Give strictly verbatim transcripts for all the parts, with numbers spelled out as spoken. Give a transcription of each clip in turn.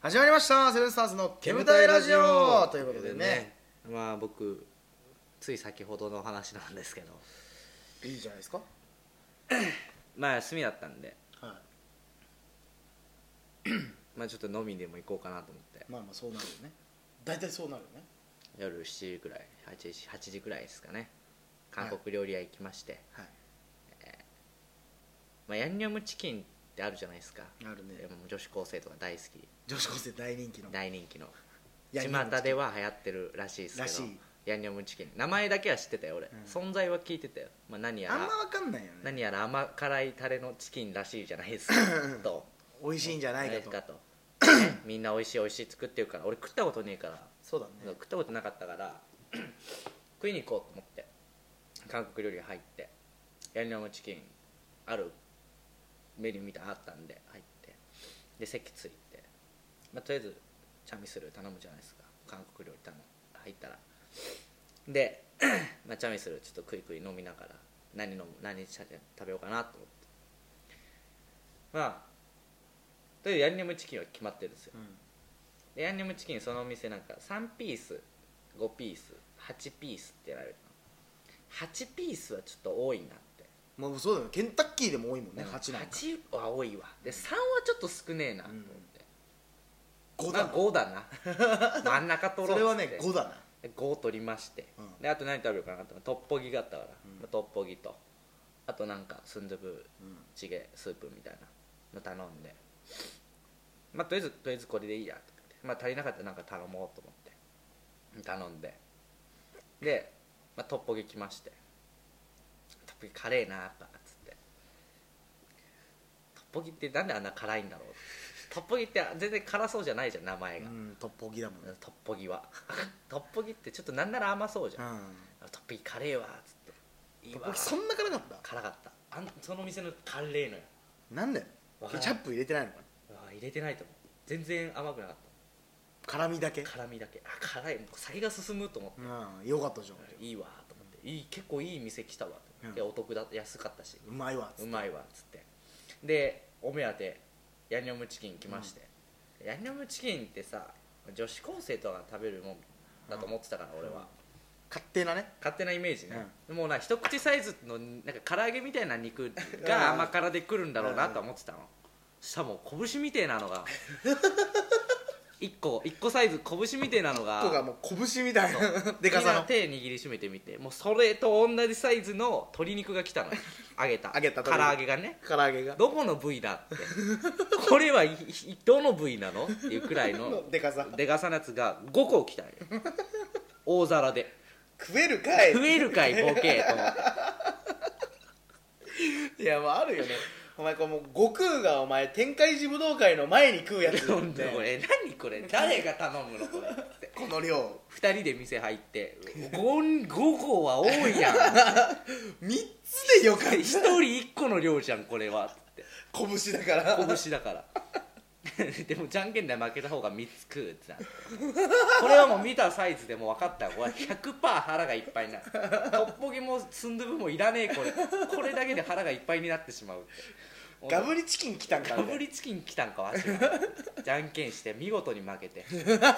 始まりましたセブンスターズの煙たいラジオということでね、 まあ僕つい先ほどの話なんですけど、 いいじゃないですか。 まあ休みだったんで、 はまあちょっと飲みでも行こうかなと思って、 い、まあまあそうなるよね。大体そうなるよね。 夜しちじくらいはちじはちじくらいですかね、韓国料理屋行きまして、 はい、 まあ、ヤンニョムチキンってあるじゃないですか。 あるね。 でも女子高生とか大好き、 女子高生大人気の大人気のヤンニョムチキン巷では流行ってるらしいですけど、 らしい。 ヤンニョムチキン名前だけは知ってたよ俺、 うん、 存在は聞いてたよ、まあ、何やらあんま分かんないよね。 何やら甘辛いタレのチキンらしいじゃないですかと美味しいんじゃないかとかとね、みんな美味しい美味しい作ってるから、俺食ったことねえから、 そうだね、 食ったことなかったから食いに行こうと思って韓国料理が入って、ヤンニョムチキンあるメニュー見たあったんで入って、で席ついて、まあ、とりあえずチャミスル頼むじゃないですか、韓国料理頼む入ったらで、まあ、チャミスルちょっとクイクイ飲みながら何飲む何食べようかなと思って、まあとりあえずヤンニョムチキンは決まってるんですよ、 うん、 でヤンニョムチキンそのお店なんかさんピースごピースはちピースってやられるの。はちピースはちょっと多いなって。 まあそうだよね。ケンタッキーでも多いもんね、 うん、 はちなんか。 はちは多いわ。でさんはちょっと少ねえなと思って、 うん、ごまあ、 だな、 ごだな真ん中取ろうってそれはねごだな。 ご取りまして、 うん、 であと何食べるかなかったらトッポギがあったから、 うんまあ、トッポギとあとなんかスンドゥブチゲスープみたいなの頼んで、まあとりあえずとりあえずこれでいいやとかって、まあ、足りなかったらなんか頼もうと思って頼んで、で、まあ、トッポギ来まして、トッポギ辛えなやっぱっつって、トッポギってなんであんな辛いんだろう、トッポギって全然辛そうじゃないじゃん名前が、 うん、トッポギだもんね。 トッポギはトッポギってちょっとなんなら甘そうじゃん、 うん、 トッポギ辛えわっつって、いいわトッポギそんな辛かった？ 辛かった、あんその店の辛えのよ。 なんでケチャップ入れてないのかな。 うわ入れてないと思う、全然甘くなかった、 辛みだけ。 辛みだけ、あ辛い、もう酒が進むと思って、 うん、よかったじゃん。 いいわと思って、いい結構いい店来たわと思って、 うん、 お得だ安かったしうまいわっつって、 うまいわっつって、でお目当てヤンニョムチキン来まして、うん、ヤンニョムチキンってさ女子高生とか食べるもんだと思ってたから、うん、俺は勝手なね勝手なイメージね、 うん、 もうな一口サイズのなんか唐揚げみたいな肉が甘辛でくるんだろうなと思ってたの、そしたらもう拳みてえなのがいっこいっこサイズ拳みてえなのがいっこがもう拳みたいなでかさの手握りしめてみて、もうそれと同じサイズの鶏肉が来たのよ、揚げた揚げた唐揚げがね、 唐揚げがどこの部位だってこれはいどの部位なのっていうくらいのでかさでかさのやつがごこ来たのよ大皿で。 食えるかい食えるかいボケと思っていやもうあるよね、お前これもう悟空がお前天界寺武道会の前に食うやつ本当にこれ何これ誰が頼むのこれってこの量ふたりで店入って 5, ごこは多いやんみっつでよかったひとりいっこの量じゃんこれはって拳だから拳だからでもじゃんけんで負けた方がみっつ食うってなってこれはもう見たサイズでもう分かったよ、これ ひゃくパーセント 腹がいっぱいになる、トッポギもスンドゥブもいらねえこれこれだけで腹がいっぱいになってしまうってガブリチキン来たんかガブリチキン来たんかわしはじゃんけんして見事に負けて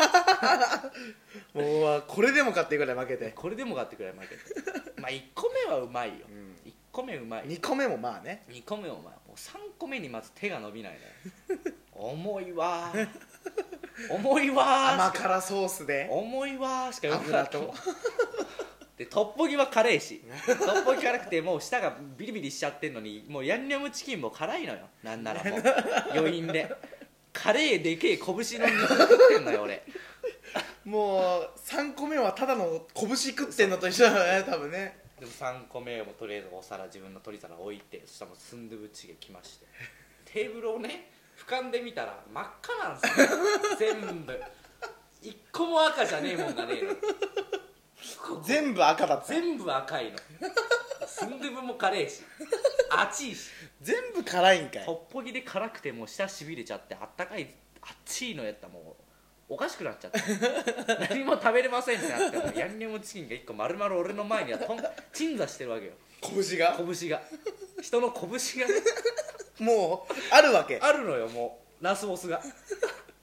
もうこれでもかっていうぐらい負けて、 これでもかってくらい負けてまあいっこめはうまいよ、うん、いっこめうまい、 にこめもまあね、 にこめもうまい、もうさんこめにまず手が伸びないね重いわ重いわ甘辛ソースで重いわしか言わない油とでトッポギは辛いしトッポギ辛くてもう舌がビリビリしちゃってんのに、もうヤンニョムチキンも辛いのよ、なんならもう余韻でカレーでけえ拳の肉食ってんのよ俺もうさんこめはただの拳食ってんのと一緒だよね多分ね。 でもさんこめもとりあえずお皿自分の取り皿置いて、そしたらもうスンドゥブチゲ来まして、テーブルをね俯瞰で見たら真っ赤なんですよ全部いっこも赤じゃねえもんがねえの全部赤だった、 全部赤いのスンドゥブも辛いし熱いし、 全部辛いんかい。 トッポギで辛くてもう舌しびれちゃって、あったかい熱いのやったらもうおかしくなっちゃって何も食べれませんってなって、もうヤンニョムチキンがいっこ丸々俺の前にはとん鎮座してるわけよ、 拳が拳が人の拳がねもうあるわけ。 あるのよ、もうラスボスが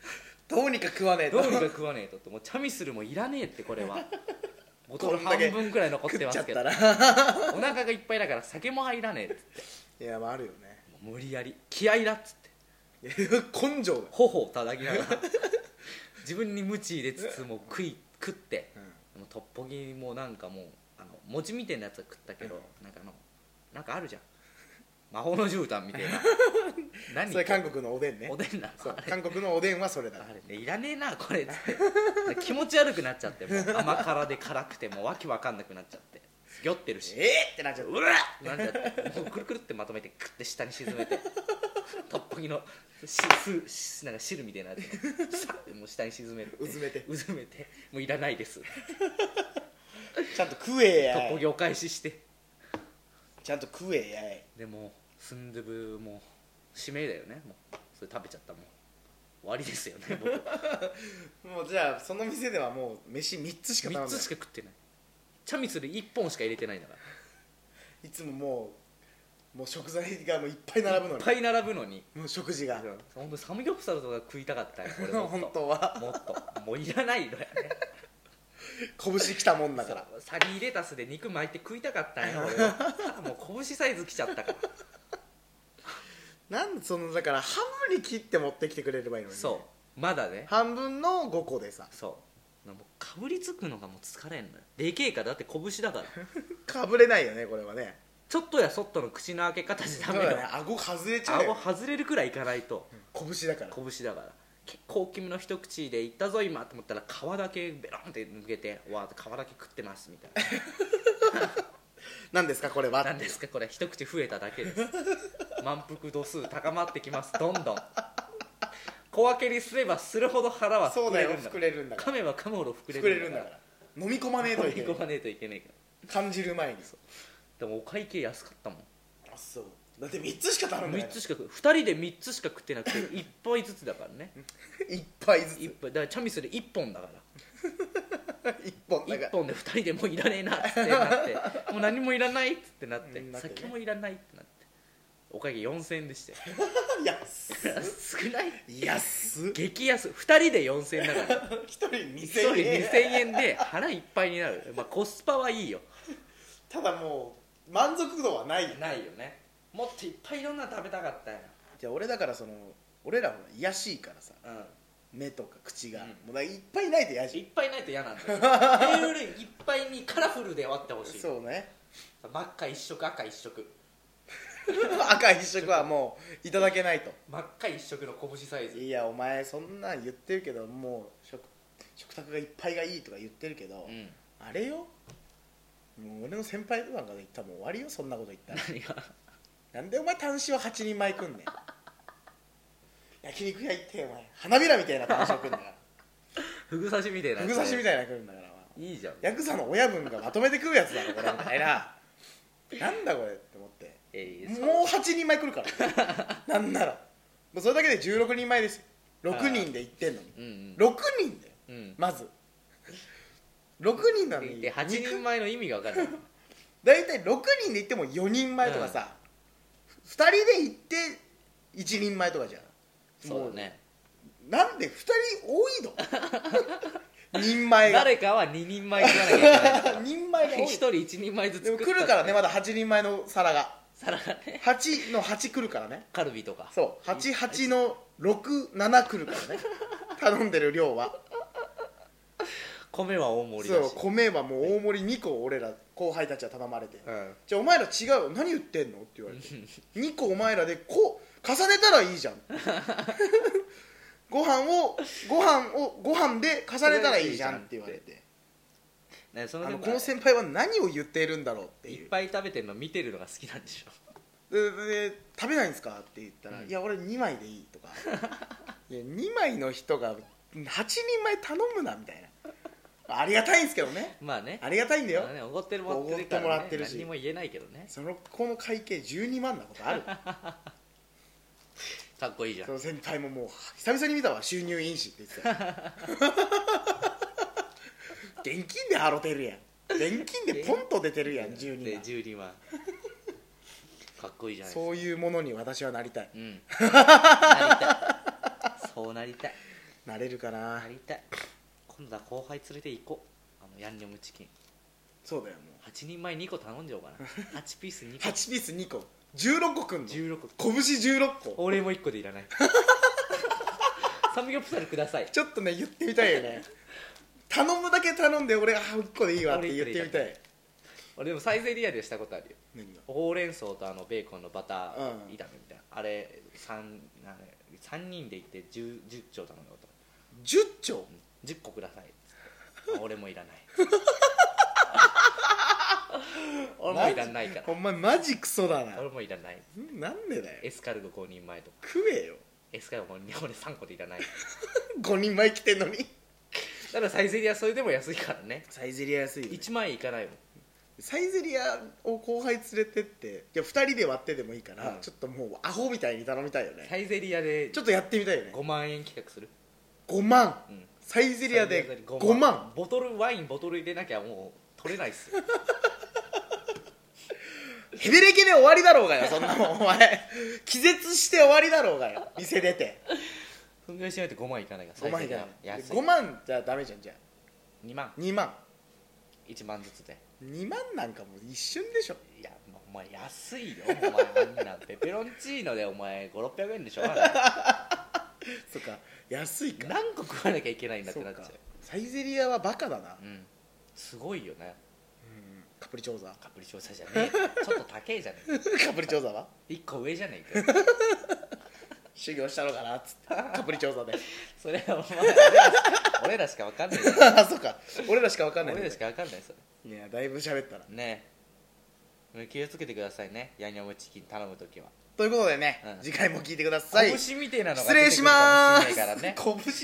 どうにか食わねえとどうにか食わねえとってもうチャミスルもいらねえってこれはボトル半分くらい残ってますけど食っちゃったらお腹がいっぱいだから酒も入らねえっつっていやまああるよね無理やり気合いだっつって根性が頬を叩きながら自分に鞭入れつつもう食い食って、うん、もうトッポギもなんかもうあの餅みたいなやつは食ったけど、うん、なんかあのなんかあるじゃん魔法の絨毯みたいな何それ韓国のおでんねおでんなそう韓国のおでんはそれだあれ、ね、いらねえなこれっつって気持ち悪くなっちゃってもう甘辛で辛くてもうわけわかんなくなっちゃって酔ってるしえーってなっちゃってうわっなんちゃってもうくるくるってまとめてクッて下に沈めてトッポギのしすなんか汁みたいなやつをさってもう下に沈めるうずめてうずめてもういらないですちゃんと食えやトッポギお返ししてちゃんと食えやいでもスンドゥブもう締めだよねもうそれ食べちゃったもん終わりですよね僕もうじゃあその店ではもう飯みっつしか頼んでないみっつしか食ってないチャミスルいっぽんしか入れてないんだからいつももうもう食材がもういっぱい並ぶのにいっぱい並ぶのにもう食事が本当サムギョプサルとか食いたかったよ俺もっと本当はもっともういらないのよね拳きたもんだからサリーレタスで肉巻いて食いたかったんよ俺はもう拳サイズ来ちゃったからなんでそのだから半分に切って持ってきてくれればいいのに、ね、 そうまだね半分のごこでさそうもうかぶりつくのがもう疲れんのよでけえかだって拳だからかぶれないよねこれはねちょっとやそっとの口の開け方じゃダメよ、 ね、顎外れちゃうよ顎外れるくらいいかないと、 うん、拳だから拳だから結構大きめの一口でいったぞ今と思ったら皮だけベロンって抜けてわー皮だけ食ってますみたいな何ですかこれは何ですかこれ一口増えただけです満腹度数高まってきますどんどん小分けにすればするほど腹は膨れるんだそうだよ膨れるんだから噛めば噛むほど膨れ膨れるんだから飲み込まねえといけない飲み込まねえといけないから感じる前にでもお会計安かったもんあそうだってみっつしか頼んでないみっつしかふたりでみっつしか食ってなくていっぱいずつだからねいっぱいずついっぱいだからチャミスルいっぽんだからいっぽんだからいっぽんでふたりでもういらねえなっつってなってもう何もいらないっつってなってなってね酒もいらないってなってお会計よんせんえんでして安少ない安激安ふたりでよんせんえんだからひとりにひせんとりえんにせんえんで腹いっぱいになる、まあ、コスパはいいよただもう満足度はないよないよねもっといっぱいいろんなの食べたかったよ、 じゃあ俺だからその俺らほら癒しいからさうん目とか口が、 うんもうだからいっぱいないと嫌じいっぱいないと嫌なんだよペールレインいっぱいにカラフルで終わってほしいそうね真っ赤一色赤一色赤一色はもういただけないと真っ赤一色の拳サイズいやお前そんなん言ってるけどもう食食卓がいっぱいがいいとか言ってるけど、 うん、 あれよもう俺の先輩とかが言ったらもう終わりよそんなこと言ったら何がなんでお前単身ははちにんまえ食んねん焼肉屋行ってお前花びらみたいな単身を食うんだからふぐ刺しみたいなふぐ刺しみたいな食うんだからいいじゃんヤクザの親分がまとめて食うやつだろこれみたいななんだこれって思って、 えー、 もうはちにんまえ来るからなんならもうそれだけでじゅうろくにんまえですよろくにんで行ってんのに、 うんうん、 ろくにんだよ、 うん、 まずろくにんなのにではちにんまえの意味が分かんない大体ろくにんで行ってもよにんまえとかさ、うん、ふたりで行っていちにんまえとかじゃんそうだねなんでふたり多いの人前が誰かはににんまえ食わなきゃいけない人前が多いひとりいちにんまえずつでも食った来るからねまだはちにんまえの皿が皿がねはちのはち来るからねカルビとかそうはちはちのろくなな来るからね頼んでる量は米は大盛りだしそう米はもう大盛りにこ俺ら後輩たちは頼まれて、 うん、 じゃあお前ら違う何言ってんのって言われてにこお前らでこう重ねたらいいじゃんご飯をご飯をご飯で重ねたらいいじゃんって言われてね、そのあのこの先輩は何を言っているんだろうっていういっぱい食べてるの見てるのが好きなんでしょでで食べないんですかって言ったら、うん、いや俺にまいでいいとかいやにまいの人がはちにんまえ頼むなみたいなありがたいんですけどねまあねありがたいんだよ、 まあね、おごってもらってるから、ね、 もらってるし何も言えないけどねそのこの会計じゅうにまんなことあるかっこいいじゃんその先輩ももう久々に見たわ収入印紙って言ってた現金で払てるやん現金でポンと出てるやんじゅうにまんじゅうにまんかっこいいじゃないですかそういうものに私はなりたい、 うん、なりたいそうなりたいなれるかな。 なりたい。今度は後輩連れて行こう。あのヤンニョムチキンそうだよ、もうはちにんまえにこ頼んじゃおうかな。はちピースにこはちピースにこじゅうろっこくんのじゅうろっこ拳じゅうろっこ。 俺もいっこでいらない。サムギョプサルください。 ちょっとね言ってみたいよね。頼むだけ頼んで俺あいっこでいいわって言ってみたい。 俺でもサイゼリヤでしたことあるよ。 何がほうれん草とあのベーコンのバターうん炒めみたいな、あれ 3, あれさんにんで行って 10, 10丁頼んだことじゅっちょうじゅっこくださいっつって俺もいらない。俺もいらないから。 お前マジクソだな。 俺もいらない。 んなんでだよ。 エスカルゴごにんまえとか食えよ。 エスカルゴ俺さんこでいらない。 ごにんまえ来てんのに。 ただサイゼリヤそれでも安いからね。 サイゼリヤ安いよ、ね、 いちまん円いかないもん。 サイゼリヤを後輩連れてっていやふたりで割ってでもいいから、 うんちょっともうアホみたいに頼みたいよね。 サイゼリヤでちょっとやってみたいよね。 ごまん円企画する。 ごまん、 うんサイゼリヤでごまん。 ボトルワインボトル入れなきゃもう取れないっすよ。 ヘベレケで終わりだろうがよそんなもん。お前気絶して終わりだろうがよ店出て。 そんぐらいしないとごまんいかないからごまんいかない。 安い。 ごまんじゃダメじゃん。じゃあにまんにまんいちまんずつで。 にまんなんかもう一瞬でしょ。 いやお前安いよ。お前あんなんペペロンチーノでお前ごひゃくろっぴゃくえんでしょ。 そっか安いか。 何個食わなきゃいけないんだってなっちゃう。 そうかサイゼリヤはバカだな。 うんすごいよね。 うんカプリチョーザカプリチョーザじゃねえ。ちょっと高えじゃねえ。 カプリチョーザはいっこ上じゃねえか。 修行したのかなっつってカプリチョーザで。 それはお前俺ら俺らしか分かんないよ。 あそっか俺らしか分かんない。 俺らしか分かんないそれ。 いやだいぶ喋ったな。 ねえ気をつけてくださいね。ヤンニョムチキン頼むときは。 ということでね、 うん次回も聞いてください。 拳みてえなのが失礼し出てくるかまもしれないからね。 ーす。拳